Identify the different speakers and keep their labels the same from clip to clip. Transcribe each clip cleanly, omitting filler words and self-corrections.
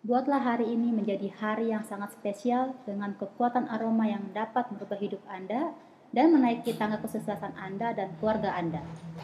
Speaker 1: Buatlah hari ini menjadi hari yang sangat spesial dengan kekuatan aroma yang dapat merubah hidup Anda dan menaiki tangga kesuksesan Anda dan keluarga Anda.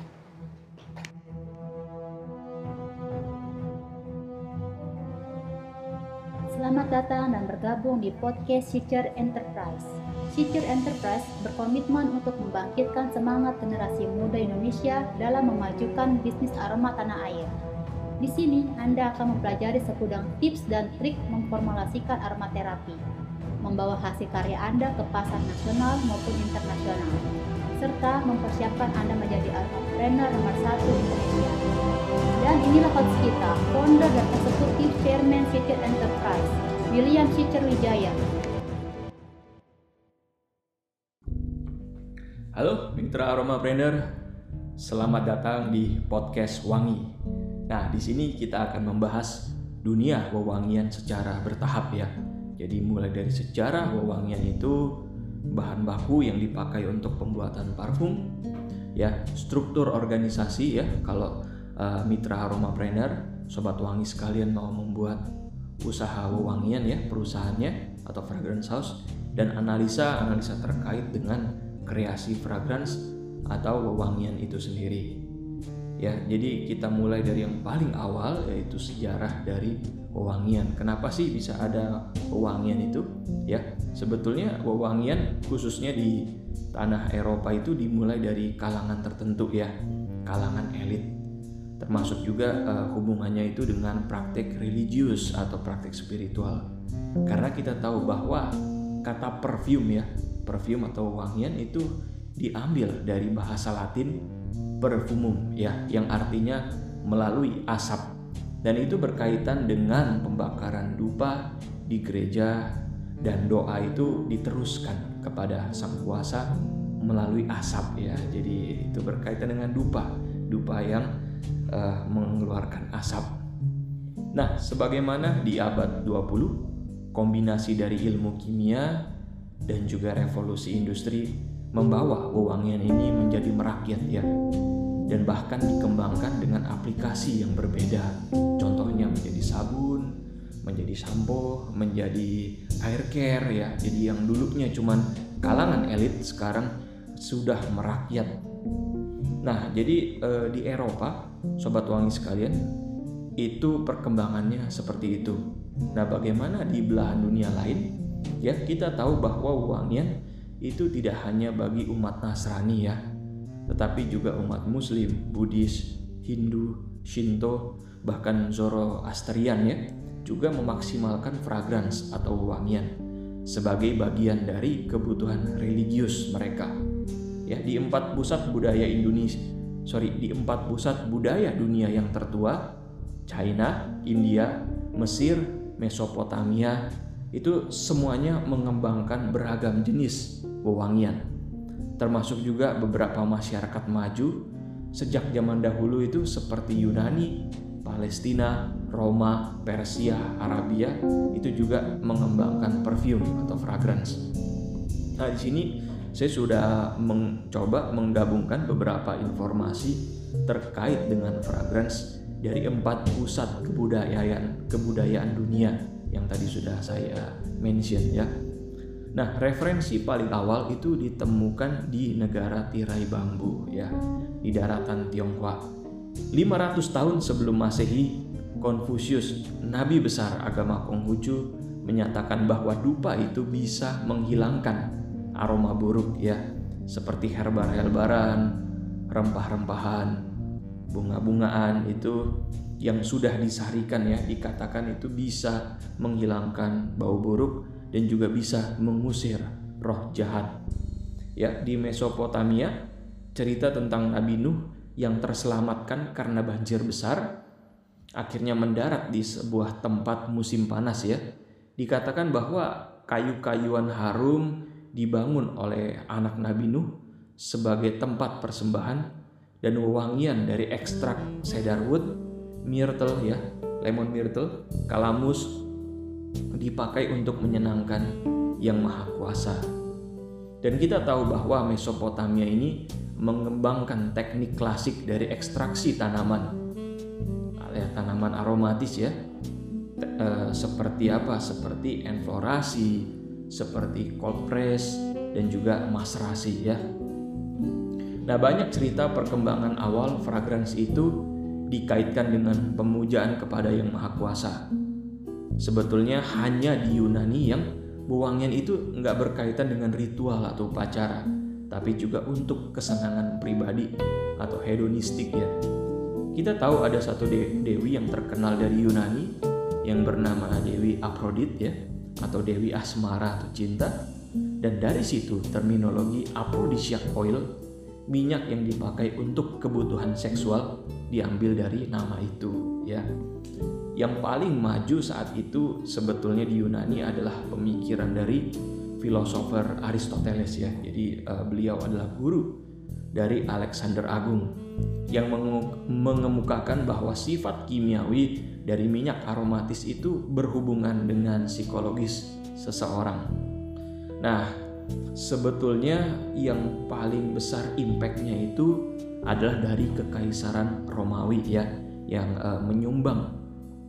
Speaker 1: Selamat datang dan bergabung di podcast Seeker Enterprise. Seeker Enterprise berkomitmen untuk membangkitkan semangat generasi muda Indonesia dalam memajukan bisnis aroma tanah air. Di sini Anda akan mempelajari segudang tips dan trik memformulasikan aromaterapi, membawa hasil karya Anda ke pasar nasional maupun internasional, serta mempersiapkan Anda menjadi aromapreneur nomor 1 Indonesia. Dan inilah host kita, founder dan eksekutif chairman Seeker Enterprise, William Seeker Wijaya.
Speaker 2: Halo mitra aromapreneur, selamat datang di podcast Wangi. Nah, di sini kita akan membahas dunia wewangian secara bertahap ya. Jadi mulai dari sejarah wewangian itu, bahan baku yang dipakai untuk pembuatan parfum, ya, struktur organisasi ya. Kalau mitra aromapreneur, sobat wangi sekalian mau membuat usaha wewangian ya, perusahaannya atau fragrance house, dan analisa terkait dengan kreasi fragrance atau wewangian itu sendiri. Ya, jadi kita mulai dari yang paling awal, yaitu sejarah dari wewangian. Kenapa sih bisa ada wewangian itu? Ya, sebetulnya wewangian khususnya di tanah Eropa itu dimulai dari kalangan tertentu ya, kalangan elit. Termasuk juga hubungannya itu dengan praktek religius atau praktek spiritual. Karena kita tahu bahwa kata perfume ya, perfume atau wewangian itu diambil dari bahasa Latin perfumum ya, yang artinya melalui asap, dan itu berkaitan dengan pembakaran dupa di gereja, dan doa itu diteruskan kepada sang kuasa melalui asap ya. Jadi itu berkaitan dengan dupa yang mengeluarkan asap. Nah, sebagaimana di abad 20, kombinasi dari ilmu kimia dan juga revolusi industri membawa wewangian ini menjadi merakyat ya, dan bahkan dikembangkan dengan aplikasi yang berbeda. Contohnya menjadi sabun, menjadi sampo, menjadi hair care ya. Jadi yang dulunya cuman kalangan elit sekarang sudah merakyat. Nah, jadi di Eropa, sobat wangi sekalian, itu perkembangannya seperti itu. Nah, bagaimana di belahan dunia lain? Ya, kita tahu bahwa wewangian itu tidak hanya bagi umat Nasrani ya, tetapi juga umat Muslim, Buddhis, Hindu, Shinto, bahkan Zoroastrian ya, juga memaksimalkan fragrance atau wewangian sebagai bagian dari kebutuhan religius mereka. Ya, di empat pusat budaya dunia yang tertua, China, India, Mesir, Mesopotamia, itu semuanya mengembangkan beragam jenis wewangian. Termasuk juga beberapa masyarakat maju sejak zaman dahulu itu seperti Yunani, Palestina, Roma, Persia, Arabia, itu juga mengembangkan perfume atau fragrance. Nah, di sini saya sudah mencoba menggabungkan beberapa informasi terkait dengan fragrance dari 4 pusat kebudayaan dunia yang tadi sudah saya mention ya. Nah, referensi paling awal itu ditemukan di negara tirai bambu ya, di daratan Tionghoa. 500 tahun sebelum Masehi, Konfusius, nabi besar agama Konghucu, menyatakan bahwa dupa itu bisa menghilangkan aroma buruk ya, seperti herbar-herbaran, rempah-rempahan, bunga-bungaan itu yang sudah disarikan ya, dikatakan itu bisa menghilangkan bau buruk dan juga bisa mengusir roh jahat. Ya, di Mesopotamia, cerita tentang Nabi Nuh yang terselamatkan karena banjir besar, akhirnya mendarat di sebuah tempat musim panas ya. Dikatakan bahwa kayu-kayuan harum dibangun oleh anak Nabi Nuh sebagai tempat persembahan, dan wewangian dari ekstrak cedarwood, myrtle ya, lemon myrtle, kalamus dipakai untuk menyenangkan Yang Maha Kuasa. Dan kita tahu bahwa Mesopotamia ini mengembangkan teknik klasik dari ekstraksi tanaman aromatis ya. seperti apa? Seperti enflorasi, seperti cold press, dan juga maserasi ya. Nah, banyak cerita perkembangan awal fragrance itu dikaitkan dengan pemujaan kepada Yang Maha Kuasa. Sebetulnya hanya di Yunani yang wewangian itu nggak berkaitan dengan ritual atau upacara, tapi juga untuk kesenangan pribadi atau hedonistik ya. Kita tahu ada satu dewi yang terkenal dari Yunani yang bernama Dewi Aphrodite ya, atau Dewi Asmara atau cinta. Dan dari situ terminologi aphrodisiac oil, minyak yang dipakai untuk kebutuhan seksual, diambil dari nama itu ya. Yang paling maju saat itu sebetulnya di Yunani adalah pemikiran dari filosofer Aristoteles ya. Jadi beliau adalah guru dari Alexander Agung yang mengemukakan bahwa sifat kimiawi dari minyak aromatis itu berhubungan dengan psikologis seseorang. Nah, sebetulnya yang paling besar impactnya itu adalah dari Kekaisaran Romawi ya, yang menyumbang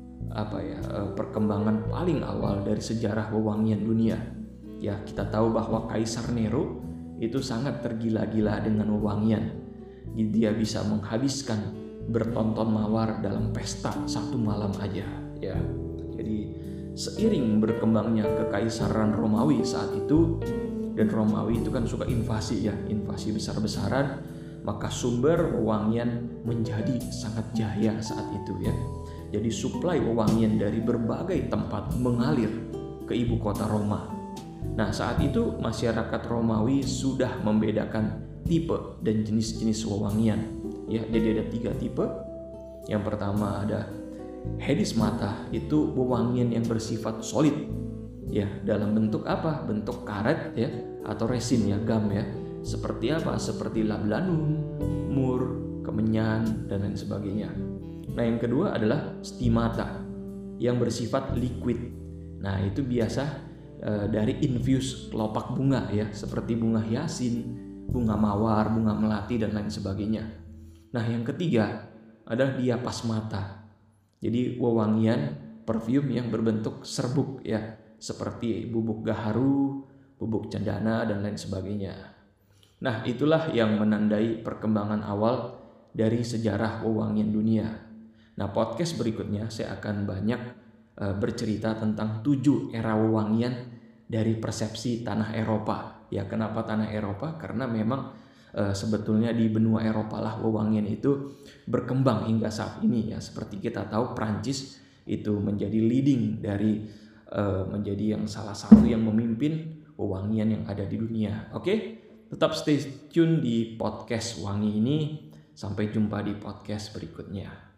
Speaker 2: perkembangan paling awal dari sejarah wewangian dunia. Ya, kita tahu bahwa Kaisar Nero itu sangat tergila-gila dengan wewangian. Dia bisa menghabiskan bertonton mawar dalam pesta satu malam aja ya. Jadi seiring berkembangnya Kekaisaran Romawi saat itu, dan Romawi itu kan suka invasi ya, invasi besar-besaran, maka sumber wewangian menjadi sangat jaya saat itu ya. Jadi suplai wewangian dari berbagai tempat mengalir ke ibu kota Roma. Nah, saat itu masyarakat Romawi sudah membedakan tipe dan jenis-jenis wewangian. Ya, jadi ada 3 tipe. Yang pertama ada Hedis mata, itu wewangian yang bersifat solid. Ya, dalam bentuk apa? Bentuk karet ya, atau resin ya, gam ya. Seperti apa? Seperti labdanum, mur, kemenyan, dan lain sebagainya. Nah, yang kedua adalah stimata yang bersifat liquid. Nah, itu biasa dari infus kelopak bunga ya, seperti bunga hiasin, bunga mawar, bunga melati, dan lain sebagainya. Nah, yang ketiga adalah diapasmata. Jadi wewangian perfume yang berbentuk serbuk ya, seperti bubuk gaharu, bubuk cendana, dan lain sebagainya. Nah, itulah yang menandai perkembangan awal dari sejarah wewangian dunia. Nah, podcast berikutnya saya akan banyak bercerita tentang 7 era wewangian dari persepsi tanah Eropa. Ya, kenapa tanah Eropa? Karena memang sebetulnya di benua Eropa lah wewangian itu berkembang hingga saat ini ya. Seperti kita tahu Prancis itu menjadi leading dari menjadi yang salah satu yang memimpin wewangian yang ada di dunia. Oke, tetap stay tune di podcast Wangi ini. Sampai jumpa di podcast berikutnya.